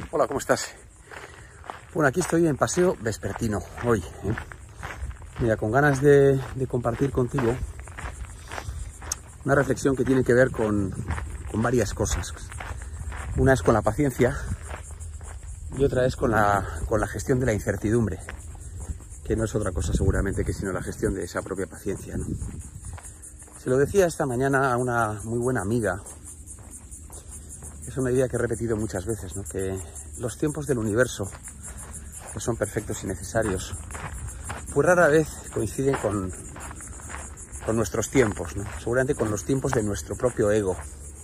Hola, ¿cómo estás? Bueno, aquí estoy en paseo vespertino hoy. Mira, con ganas de compartir contigo una reflexión que tiene que ver con varias cosas. Una es con la paciencia y otra es con la gestión de la incertidumbre, que no es otra cosa seguramente que sino la gestión de esa propia paciencia, ¿no? Se lo decía esta mañana a una muy buena amiga. Es una idea que he repetido muchas veces, ¿no? Que los tiempos del universo, que son perfectos y necesarios, pues rara vez coinciden con nuestros tiempos, ¿no? Seguramente con los tiempos de nuestro propio ego.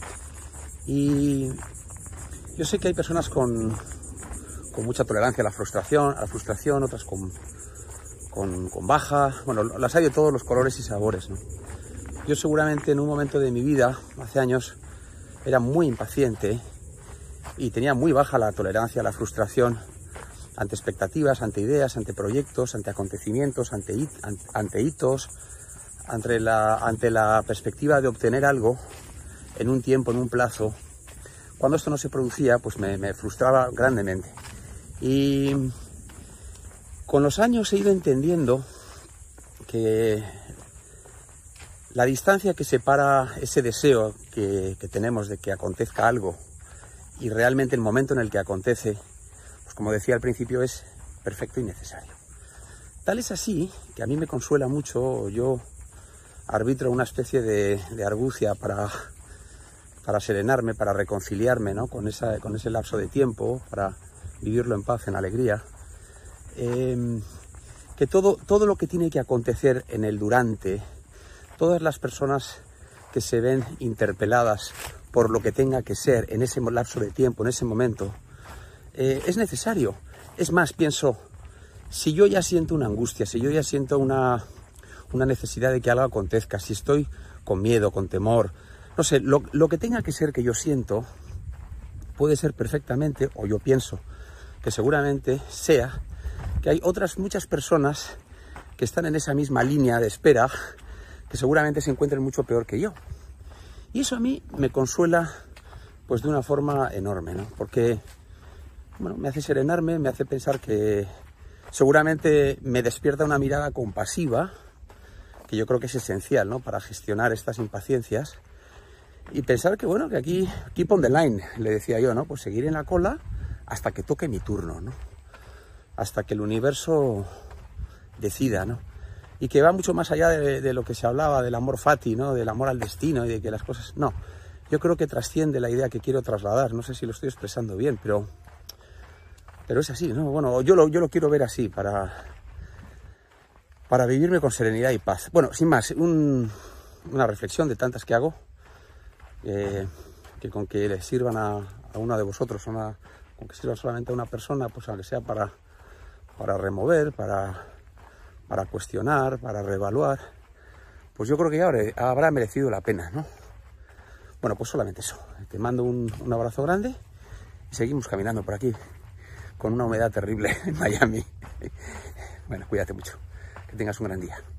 Y yo sé que hay personas con mucha tolerancia a la frustración, otras con baja, bueno, las hay de todos los colores y sabores, ¿no? Yo seguramente en un momento de mi vida, hace años, era muy impaciente y tenía muy baja la tolerancia a la frustración ante expectativas, ante ideas, ante proyectos, ante acontecimientos, ante hitos, ante la perspectiva de obtener algo en un tiempo, en un plazo. Cuando esto no se producía, pues me frustraba grandemente. Y con los años he ido entendiendo que la distancia que separa ese deseo que tenemos de que acontezca algo y realmente el momento en el que acontece, pues como decía al principio, es perfecto y necesario. Tal es así que a mí me consuela mucho. Yo arbitro una especie de argucia para serenarme, para reconciliarme, ¿no? con ese lapso de tiempo, para vivirlo en paz, en alegría. Que todo lo que tiene que acontecer en el durante, todas las personas que se ven interpeladas por lo que tenga que ser en ese lapso de tiempo, en ese momento, es necesario. Es más, pienso, si yo ya siento una angustia, si yo ya siento una necesidad de que algo acontezca, si estoy con miedo, con temor, no sé, lo que tenga que ser que yo siento, puede ser perfectamente, o yo pienso que seguramente sea, que hay otras muchas personas que están en esa misma línea de espera, que seguramente se encuentren mucho peor que yo. Y eso a mí me consuela pues de una forma enorme, ¿no? Porque bueno, me hace serenarme, me hace pensar que seguramente me despierta una mirada compasiva, que yo creo que es esencial, ¿no? Para gestionar estas impaciencias. Y pensar que bueno, que aquí keep on the line, le decía yo, ¿no? Pues seguir en la cola hasta que toque mi turno, ¿no? Hasta que el universo decida, ¿no? Y que va mucho más allá de lo que se hablaba del amor fati, ¿no? Del amor al destino y de que las cosas... No, yo creo que trasciende la idea que quiero trasladar. No sé si lo estoy expresando bien, pero es así, ¿no? Bueno, yo lo quiero ver así, para vivirme con serenidad y paz. Bueno, sin más, una reflexión de tantas que hago, que con que le sirvan a uno de vosotros, con que sirvan solamente a una persona, pues aunque sea para remover, para cuestionar, para reevaluar, pues yo creo que ya habrá merecido la pena, ¿no? Bueno, pues solamente eso. Te mando un abrazo grande y seguimos caminando por aquí con una humedad terrible en Miami. Bueno, cuídate mucho. Que tengas un gran día.